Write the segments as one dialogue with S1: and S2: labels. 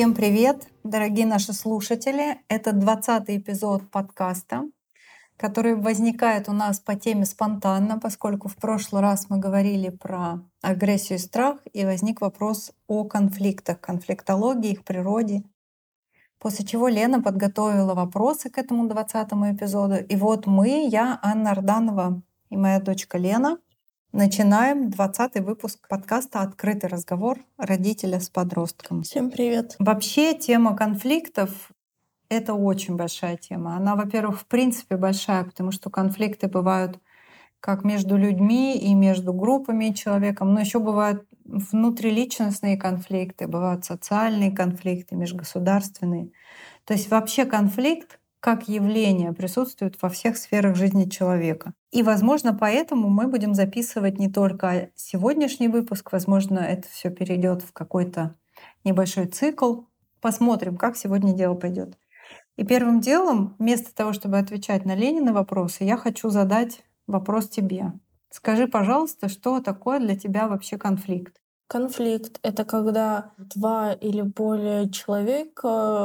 S1: Всем привет, дорогие наши слушатели! Это 20-й эпизод подкаста, который возникает у нас по теме спонтанно, поскольку в прошлый раз мы говорили про агрессию и страх, и возник вопрос о конфликтах, конфликтологии, их природе. После чего Лена подготовила вопросы к этому 20-му эпизоду. И вот мы, я, Анна Арданова и моя дочка Лена, начинаем 20-й выпуск подкаста «Открытый разговор родителя с подростком».
S2: Всем привет.
S1: Вообще тема конфликтов — это очень большая тема. Она, во-первых, в принципе большая, потому что конфликты бывают как между людьми и между группами человеком, но еще бывают внутриличностные конфликты, бывают социальные конфликты, межгосударственные. То есть вообще конфликт как явление присутствует во всех сферах жизни человека. И, возможно, поэтому мы будем записывать не только сегодняшний выпуск, возможно, это все перейдет в какой-то небольшой цикл. Посмотрим, как сегодня дело пойдет. И первым делом, вместо того, чтобы отвечать на Ленины вопросы, я хочу задать вопрос тебе. Скажи, пожалуйста, что такое для тебя вообще конфликт?
S2: Конфликт — это когда два или более человек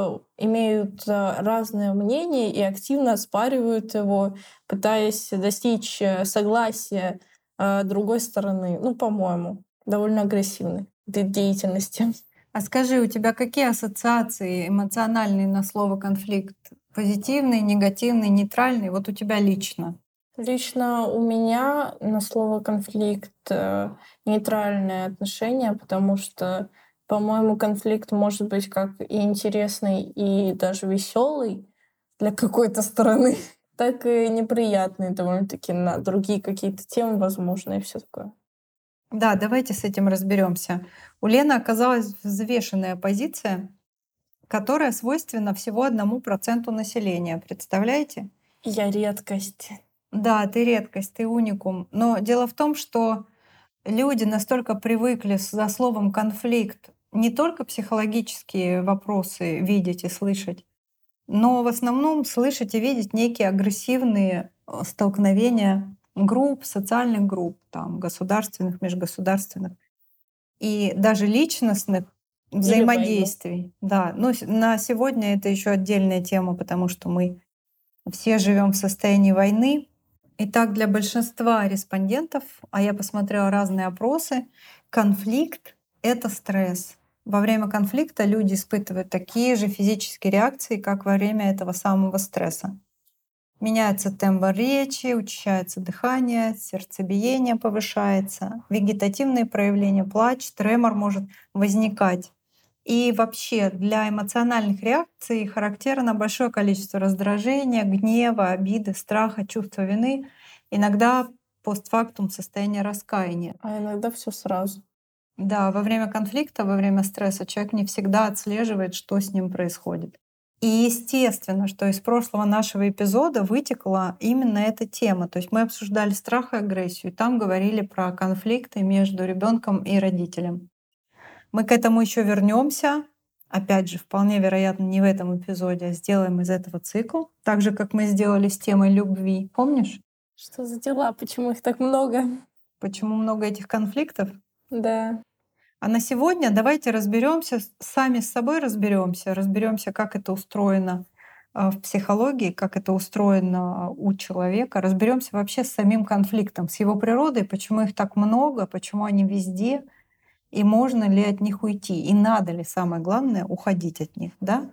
S2: имеют разное мнение и активно оспаривают его, пытаясь достичь согласия другой стороны. Ну, по-моему, довольно агрессивной вид деятельности.
S1: А скажи, у тебя какие ассоциации эмоциональные на слово конфликт? Позитивный, негативный, нейтральный? Вот у тебя лично.
S2: Лично у меня на слово конфликт нейтральное отношение, потому что, по-моему, конфликт может быть как и интересный, и даже веселый для какой-то стороны, так и неприятный довольно-таки на другие какие-то темы, возможно, и все такое.
S1: Да, давайте с этим разберемся. У Лены оказалась взвешенная позиция, которая свойственна всего 1% населения. Представляете?
S2: Я редкость.
S1: Да, ты редкость, ты уникум. Но дело в том, что люди настолько привыкли за словом конфликт не только психологические вопросы видеть и слышать, но в основном слышать и видеть некие агрессивные столкновения групп, социальных групп, там, государственных, межгосударственных и даже личностных
S2: Или войну.
S1: взаимодействий. Да, но на сегодня это еще отдельная тема, потому что мы все живем в состоянии войны. Итак, для большинства респондентов, а я посмотрела разные опросы, конфликт — это стресс. Во время конфликта люди испытывают такие же физические реакции, как во время этого самого стресса. Меняется тембр речи, учащается дыхание, сердцебиение повышается, вегетативные проявления, плач, тремор может возникать. И вообще для эмоциональных реакций характерно большое количество раздражения, гнева, обиды, страха, чувства вины, иногда постфактум состояние раскаяния.
S2: А иногда все сразу.
S1: Да, во время конфликта, во время стресса человек не всегда отслеживает, что с ним происходит. И естественно, что из прошлого нашего эпизода вытекла именно эта тема. То есть мы обсуждали страх и агрессию, и там говорили про конфликты между ребенком и родителем. Мы к этому еще вернемся. Опять же, вполне вероятно, не в этом эпизоде, а сделаем из этого цикл. Так же, как мы сделали с темой любви. Помнишь,
S2: Что за дела? Почему их так много?
S1: почему много этих конфликтов?
S2: Да.
S1: А на сегодня давайте разберемся, сами с собой разберемся, как это устроено в психологии, как это устроено у человека, разберемся вообще с самим конфликтом, с его природой, почему их так много, почему они везде, и можно ли от них уйти, и надо ли, самое главное, уходить от них, да?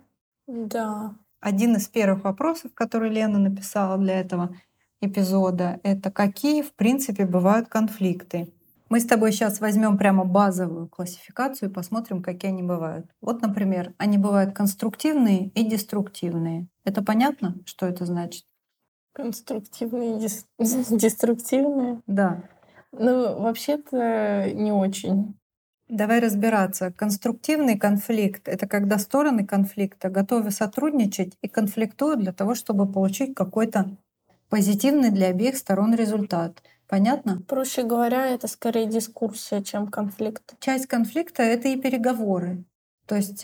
S2: Да.
S1: Один из первых вопросов, который Лена написала для этого эпизода, это какие, в принципе, бывают конфликты. Мы с тобой сейчас возьмем прямо базовую классификацию и посмотрим, какие они бывают. Вот, например, они бывают конструктивные и деструктивные. Это понятно, что это значит?
S2: Конструктивные и деструктивные.
S1: Да.
S2: Ну, вообще-то не очень.
S1: Давай разбираться. Конструктивный конфликт — это когда стороны конфликта готовы сотрудничать и конфликтуют для того, чтобы получить какой-то позитивный для обеих сторон результат. Понятно?
S2: Проще говоря, это скорее дискуссия, чем конфликт.
S1: Часть конфликта — это и переговоры. То есть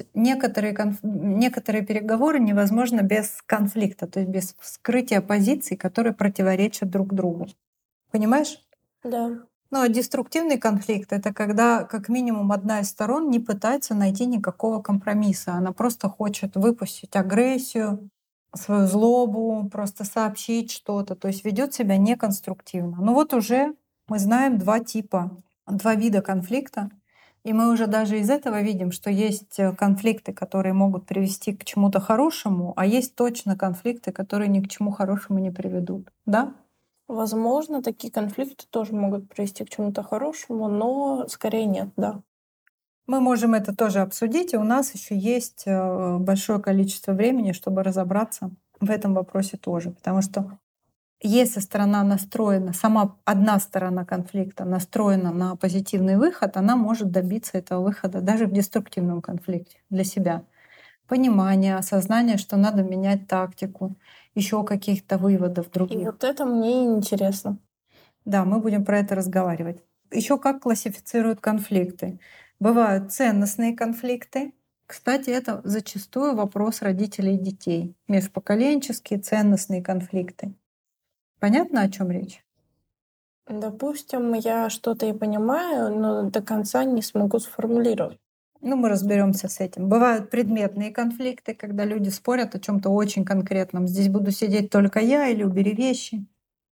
S1: некоторые переговоры невозможно без конфликта, то есть без вскрытия позиций, которые противоречат друг другу. Понимаешь?
S2: Да.
S1: Ну, а деструктивный конфликт — это когда как минимум одна из сторон не пытается найти никакого компромисса. Она просто хочет выпустить агрессию, свою злобу, просто сообщить что-то, то есть ведет себя неконструктивно. Ну вот уже мы знаем два типа, два вида конфликта, и мы уже даже из этого видим, что есть конфликты, которые могут привести к чему-то хорошему, а есть точно конфликты, которые ни к чему хорошему не приведут. Да?
S2: Возможно, такие конфликты тоже могут привести к чему-то хорошему, но скорее нет, да.
S1: Мы можем это тоже обсудить, и у нас еще есть большое количество времени, чтобы разобраться в этом вопросе тоже. Потому что если сторона настроена, сама одна сторона конфликта настроена на позитивный выход, она может добиться этого выхода даже в деструктивном конфликте для себя. Понимание, осознание, что надо менять тактику, еще каких-то выводов
S2: И
S1: других.
S2: вот это мне интересно.
S1: Да, мы будем про это разговаривать. Еще как классифицируют конфликты. Бывают ценностные конфликты. Кстати, это зачастую вопрос родителей и детей. Межпоколенческие ценностные конфликты. Понятно, о чем речь?
S2: Допустим, я что-то и понимаю, но до конца не смогу сформулировать.
S1: Ну, мы разберемся с этим. Бывают предметные конфликты, когда люди спорят о чем-то очень конкретном. Здесь буду сидеть только я или убери вещи.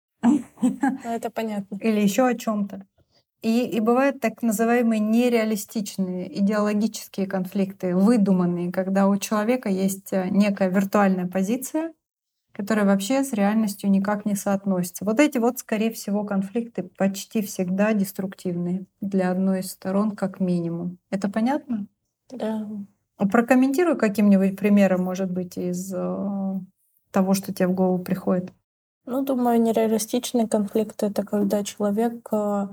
S2: Это понятно.
S1: Или еще о чем-то. И бывают так называемые нереалистичные идеологические конфликты, выдуманные, когда у человека есть некая виртуальная позиция, которая вообще с реальностью никак не соотносится. Вот эти вот, скорее всего, конфликты почти всегда деструктивные для одной из сторон как минимум. Это понятно?
S2: Да.
S1: Прокомментируй каким-нибудь примером, может быть, из того, что тебе в голову приходит.
S2: Ну, думаю, нереалистичный конфликт — это когда человек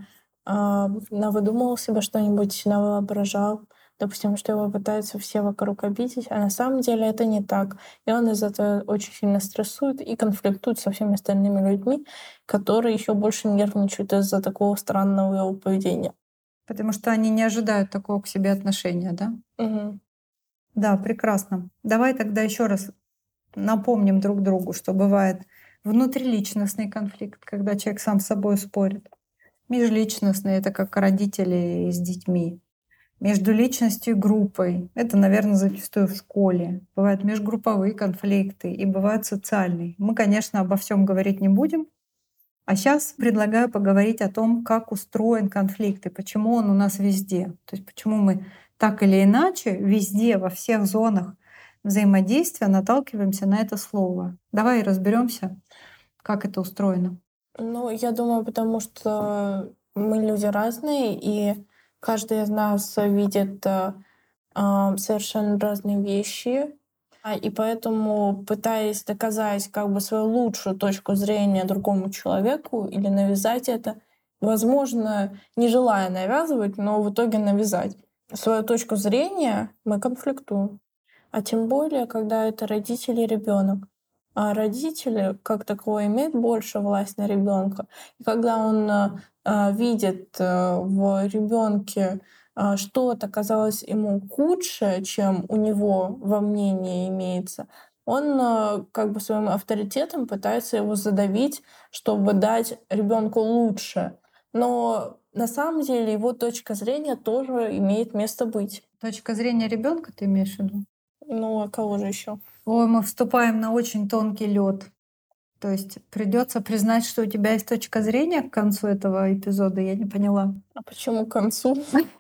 S2: навыдумывал себе что-нибудь, навоображал, допустим, что его пытаются все вокруг обидеть, а на самом деле это не так. И он из-за этого очень сильно стрессует и конфликтует со всеми остальными людьми, которые еще больше нервничают из-за такого странного его поведения.
S1: Потому что они не ожидают такого к себе отношения, да?
S2: Мгм.
S1: Да, прекрасно. Давай тогда еще раз напомним друг другу, что бывает внутриличностный конфликт, когда человек сам с собой спорит. Межличностный — это как родители с детьми. Между личностью и группой — это, наверное, зачастую в школе. Бывают межгрупповые конфликты и бывают социальные. Мы, конечно, обо всем говорить не будем, а сейчас предлагаю поговорить о том, как устроен конфликт и почему он у нас везде. То есть почему мы так или иначе везде, во всех зонах взаимодействия наталкиваемся на это слово. Давай разберемся, как это устроено.
S2: Ну, я думаю, потому что мы люди разные, и каждый из нас видит совершенно разные вещи. И поэтому, пытаясь доказать как бы свою лучшую точку зрения другому человеку или навязать это, возможно, не желая навязывать, но в итоге навязать свою точку зрения, мы конфликтуем. А тем более, когда это родители и ребенок. А родители, как таковой, имеют больше власть на ребенка. И когда он видит в ребенке что-то казалось ему худше, чем у него во мнении имеется, он как бы своим авторитетом пытается его задавить, чтобы дать ребенку лучше. Но на самом деле его точка зрения тоже имеет место быть.
S1: Точка зрения ребенка ты имеешь в виду?
S2: Ну, а кого же еще?
S1: Ой, мы вступаем на очень тонкий лед. То есть придется признать, что у тебя есть точка зрения к концу этого эпизода, я не поняла.
S2: А почему к концу?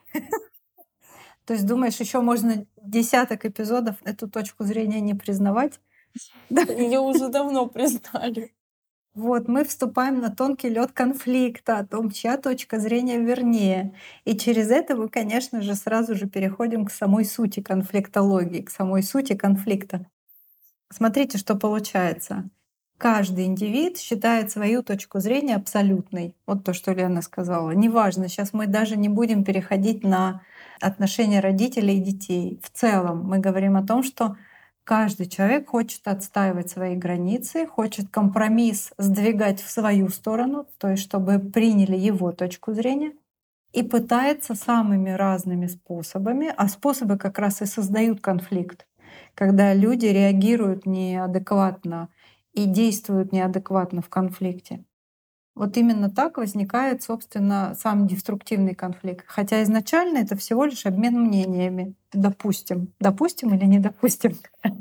S1: То есть думаешь, еще можно десяток эпизодов эту точку зрения не признавать?
S2: Ее уже давно признали.
S1: Вот, мы вступаем на тонкий лед конфликта о том, чья точка зрения вернее. И через это мы, конечно же, сразу же переходим к самой сути конфликтологии, к самой сути конфликта. Смотрите, что получается. Каждый индивид считает свою точку зрения абсолютной. Вот то, что Лена сказала. Неважно, сейчас мы даже не будем переходить на отношения родителей и детей. В целом мы говорим о том, что каждый человек хочет отстаивать свои границы, хочет компромисс сдвигать в свою сторону, то есть чтобы приняли его точку зрения, и пытается самыми разными способами, а способы как раз и создают конфликт, когда люди реагируют неадекватно и действуют неадекватно в конфликте. Вот именно так возникает, собственно, сам деструктивный конфликт. Хотя изначально это всего лишь обмен мнениями. Допустим. Допустим или не допустим?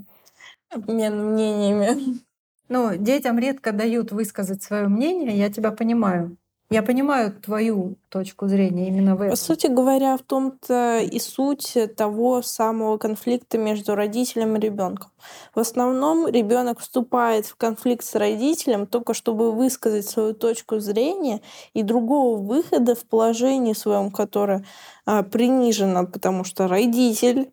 S2: Обмен мнениями.
S1: Ну, детям редко дают высказать свое мнение, я тебя понимаю. Я понимаю твою точку зрения именно в
S2: По
S1: этом.
S2: сути говоря, в том-то и суть того самого конфликта между родителем и ребенком. В основном ребенок вступает в конфликт с родителем только чтобы высказать свою точку зрения, и другого выхода в положении своем, которое принижено, потому что родитель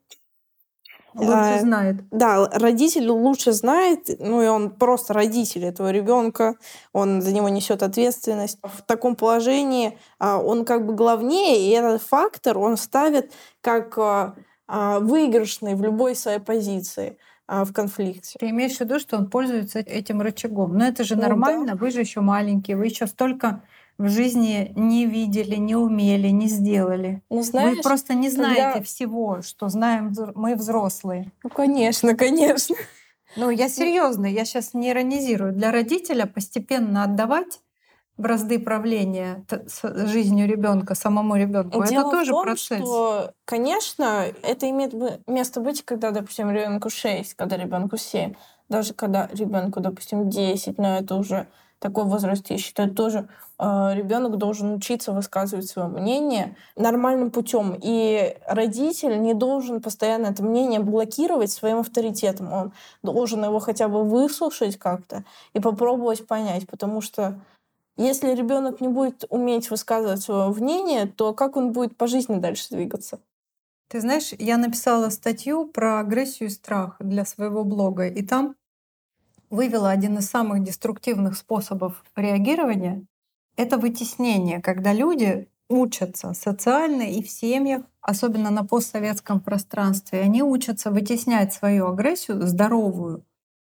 S1: Лучше знает.
S2: да, родитель лучше знает, ну и он просто родитель этого ребенка, он за него несет ответственность. В таком положении он как бы главнее, и этот фактор он ставит как выигрышный в любой своей позиции в конфликте.
S1: Ты имеешь в виду, что он пользуется этим рычагом. Но это же
S2: Ну
S1: нормально,
S2: да.
S1: вы же еще маленькие, вы еще столько в жизни не видели, не умели, не сделали.
S2: Ну
S1: Вы
S2: знаешь,
S1: просто не знаете
S2: когда...
S1: всего, что знаем мы взрослые.
S2: Ну конечно, конечно.
S1: Ну, я серьезно, я сейчас не иронизирую. Для родителя постепенно отдавать бразды правления жизнью ребенка, самому ребенку, это
S2: Дело в
S1: тоже
S2: том,
S1: процесс.
S2: что, конечно, это имеет место быть, когда, допустим, ребенку 6, когда ребенку 7, даже когда ребенку, допустим, 10, но это уже такой возраст, я считаю, тоже ребенок должен учиться высказывать свое мнение нормальным путем. И родитель не должен постоянно это мнение блокировать своим авторитетом. Он должен его хотя бы выслушать как-то и попробовать понять, потому что если ребенок не будет уметь высказывать свое мнение, то как он будет по жизни дальше двигаться?
S1: Ты знаешь, я написала статью про агрессию и страх для своего блога, и там вывела один из самых деструктивных способов реагирования — это вытеснение, когда люди учатся социально и в семьях, особенно на постсоветском пространстве, они учатся вытеснять свою агрессию здоровую,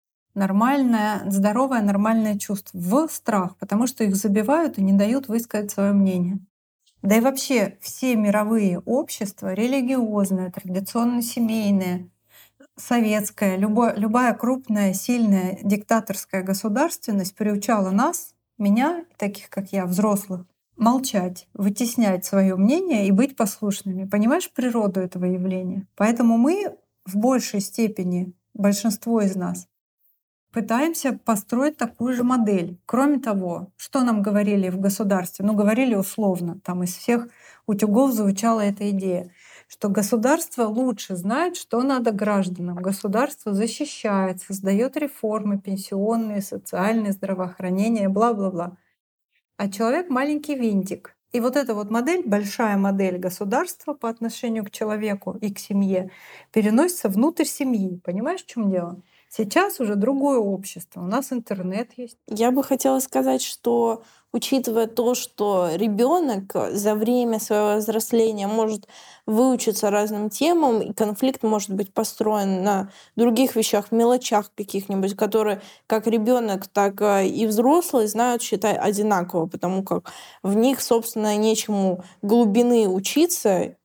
S1: здоровое нормальное чувство в страх, потому что их забивают и не дают высказать свое мнение. Да и вообще все мировые общества, религиозные, традиционно-семейные, советская, любая крупная, сильная диктаторская государственность приучала нас, меня, таких как я, взрослых, молчать, вытеснять свое мнение и быть послушными. Понимаешь природу этого явления? Поэтому мы в большей степени, большинство из нас, пытаемся построить такую же модель. Кроме того, что нам говорили в государстве? Ну, говорили условно, там из всех утюгов звучала эта идея, что государство лучше знает, что надо гражданам. Государство защищает, создает реформы пенсионные, социальные, здравоохранение, бла-бла-бла. А человек — маленький винтик. И вот эта вот модель, большая модель государства по отношению к человеку и к семье, переносится внутрь семьи. Понимаешь, в чем дело? Сейчас уже другое общество. У нас интернет есть.
S2: Я бы хотела сказать, что учитывая то, что ребенок за время своего взросления может выучиться разным темам, и конфликт может быть построен на других вещах, мелочах каких-нибудь, которые как ребенок, так и взрослые знают, считай, одинаково, потому как в них, собственно, нечему глубины учиться,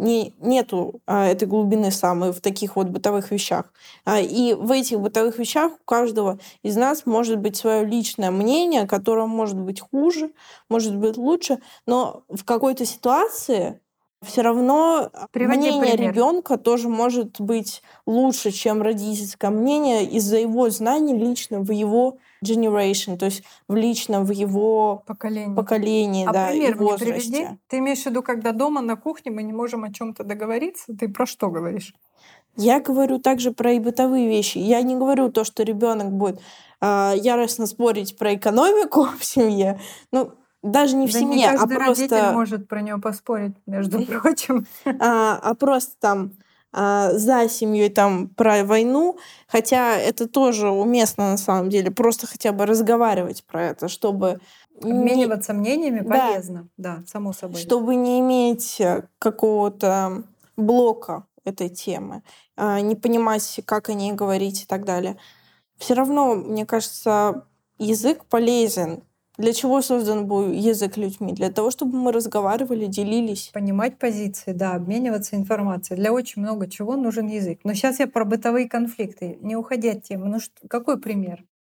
S2: нету этой глубины самой в таких вот бытовых вещах. И в этих бытовых вещах у каждого из нас может быть свое личное мнение, которое может быть хуже, может быть лучше, но в какой-то ситуации все равно
S1: Приводи
S2: мнение
S1: пример.
S2: ребенка тоже может быть лучше, чем родительское мнение из-за его знаний лично в его generation, то есть в личном, в его поколении,
S1: А
S2: да, и
S1: пример мне приведи.
S2: возрасте.
S1: Ты имеешь в виду, когда дома на кухне мы не можем о чем-то договориться? Ты про что говоришь?
S2: Я говорю также про и бытовые вещи. Я не говорю то, что ребенок будет яростно спорить про экономику в семье. Ну, даже не в
S1: Да не
S2: семье, а
S1: каждый родитель
S2: просто,
S1: может про нее поспорить, между прочим.
S2: просто там за семьей там про войну, хотя это тоже уместно на самом деле, просто хотя бы разговаривать про это, чтобы не,
S1: Обмениваться мнениями
S2: да,
S1: полезно, да, само собой.
S2: чтобы не иметь какого-то блока этой темы, не понимать, как о ней говорить и так далее. Все равно, мне кажется, язык полезен. Для чего создан был язык людьми? Для того, чтобы мы разговаривали, делились.
S1: Понимать позиции, да, обмениваться информацией. Для очень много чего нужен язык. Но сейчас я про бытовые конфликты. Не уходи от темы. Ну, какой пример?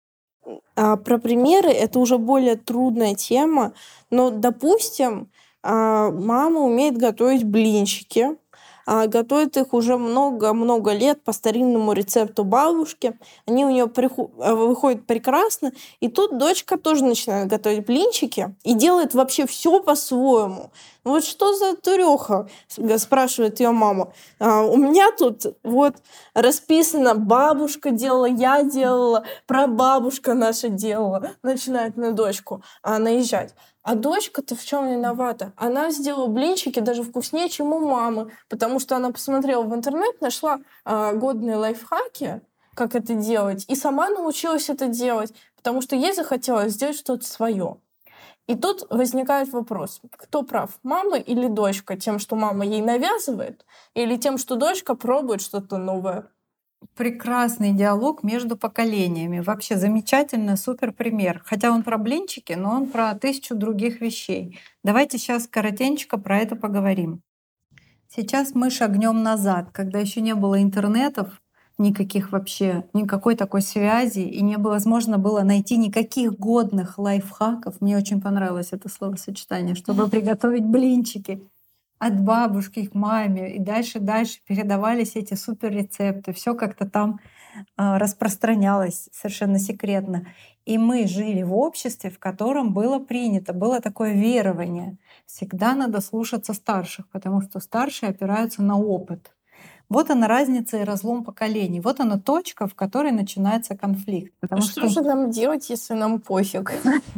S2: Про примеры это уже более трудная тема, но, допустим, мама умеет готовить блинчики, готовит их уже много-много лет по старинному рецепту бабушки. Они у нее выходят прекрасно. И тут дочка тоже начинает готовить блинчики и делает вообще все по-своему. Ну вот что за дуреха, спрашивает ее мама. У меня тут вот расписано: бабушка делала, я делала, прабабушка наша делала. Начинает на дочку наезжать. А дочка-то в чем виновата? Она сделала блинчики даже вкуснее, чем у мамы, потому что она посмотрела в интернет, нашла годные лайфхаки, как это делать, и сама научилась это делать, потому что ей захотелось сделать что-то свое. И тут возникает вопрос: кто прав, мама или дочка, тем, что мама ей навязывает, или тем, что дочка пробует что-то новое?
S1: Прекрасный диалог между поколениями. Вообще замечательно, супер пример. Хотя он про блинчики, но он про 1000 других вещей. Давайте сейчас коротенько про это поговорим. Сейчас мы шагнем назад, когда еще не было интернетов, никаких вообще, никакой такой связи, и невозможно было найти никаких годных лайфхаков. Мне очень понравилось это словосочетание, чтобы приготовить блинчики. От бабушки к маме, и дальше передавались эти супер рецепты. Все как-то там распространялось совершенно секретно. И мы жили в обществе, в котором было принято, было такое верование. Всегда надо слушаться старших, потому что старшие опираются на опыт. Вот она разница и разлом поколений. Вот она точка, в которой начинается конфликт. Потому
S2: Что же нам делать, если нам пофиг?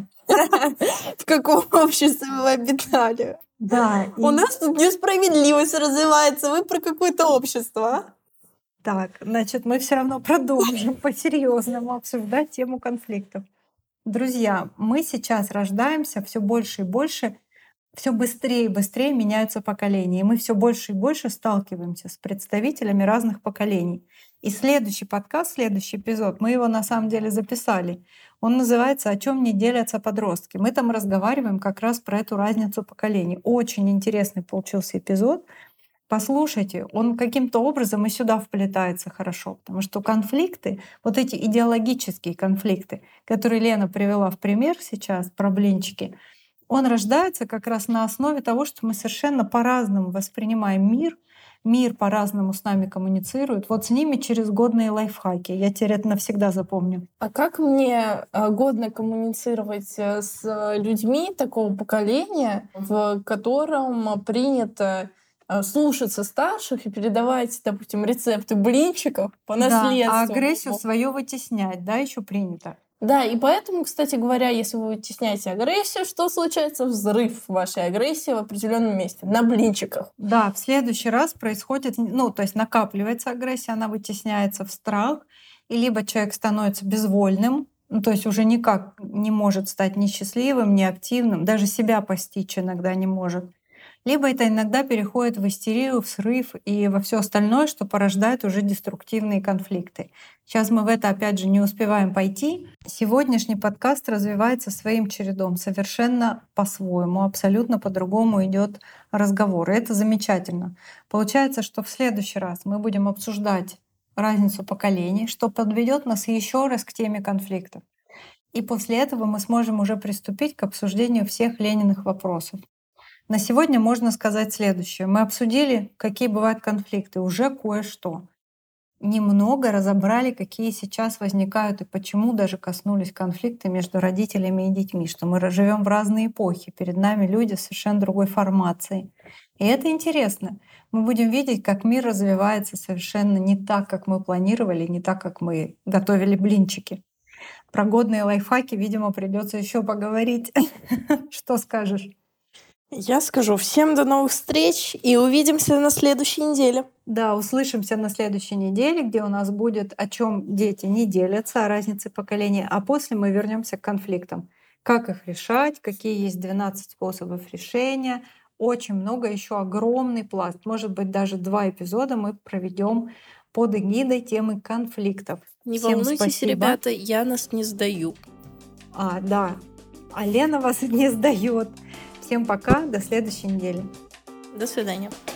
S2: В каком обществе мы обитали?
S1: Да,
S2: У нас тут несправедливость развивается. Вы про какое-то общество, а?
S1: Так, значит, мы все равно продолжим по-серьезному обсуждать тему конфликтов. Друзья, мы сейчас рождаемся все больше и больше, все быстрее и быстрее меняются поколения, и мы все больше и больше сталкиваемся с представителями разных поколений. И следующий подкаст, следующий эпизод, мы его на самом деле записали. Он называется «О чем не делятся подростки». Мы там разговариваем как раз про эту разницу поколений. Очень интересный получился эпизод. Послушайте, он каким-то образом и сюда вплетается хорошо, потому что конфликты, вот эти идеологические конфликты, которые Лена привела в пример сейчас про блинчики, он рождается как раз на основе того, что мы совершенно по-разному воспринимаем мир, мир по-разному с нами коммуницирует. Вот с ними через годные лайфхаки. Я теперь это навсегда запомню.
S2: А как мне годно коммуницировать с людьми такого поколения, в котором принято слушаться старших и передавать, допустим, рецепты блинчиков по
S1: Да, а
S2: наследству?
S1: агрессию свою вытеснять, да, еще принято.
S2: Да, и поэтому, кстати говоря, если вы вытесняете агрессию, что случается? Взрыв вашей агрессии в определенном месте, на блинчиках.
S1: Да, в следующий раз происходит, ну, то есть накапливается агрессия, она вытесняется в страх, и либо человек становится безвольным, ну, то есть уже никак не может стать ни счастливым, ни активным, даже себя постичь иногда не может. Либо это иногда переходит в истерию, в срыв и во все остальное, что порождает уже деструктивные конфликты. Сейчас мы в это опять же не успеваем пойти. Сегодняшний подкаст развивается своим чередом, совершенно по-своему, абсолютно по-другому идет разговор. И это замечательно. Получается, что в следующий раз мы будем обсуждать разницу поколений, что подведет нас еще раз к теме конфликтов. И после этого мы сможем уже приступить к обсуждению всех Лениных вопросов. На сегодня можно сказать следующее. Мы обсудили, какие бывают конфликты, уже кое-что. Немного разобрали, какие сейчас возникают и почему даже коснулись конфликты между родителями и детьми, что мы живем в разные эпохи, перед нами люди совершенно другой формации. И это интересно. Мы будем видеть, как мир развивается совершенно не так, как мы планировали, не так, как мы готовили блинчики. Про годные лайфхаки, видимо, придется еще поговорить. Что скажешь?
S2: Я скажу всем до новых встреч и увидимся на следующей неделе.
S1: Да, услышимся на следующей неделе, где у нас будет «О чем дети не делятся», о разнице поколений, а после мы вернемся к конфликтам. Как их решать, какие есть 12 способов решения. Очень много, еще огромный пласт. Может быть, даже 2 эпизода мы проведем под эгидой темы конфликтов.
S2: Не
S1: Всем
S2: волнуйтесь,
S1: спасибо.
S2: ребята, я нас не сдаю.
S1: Да. А Лена вас не сдает. Всем пока, до следующей недели.
S2: До свидания.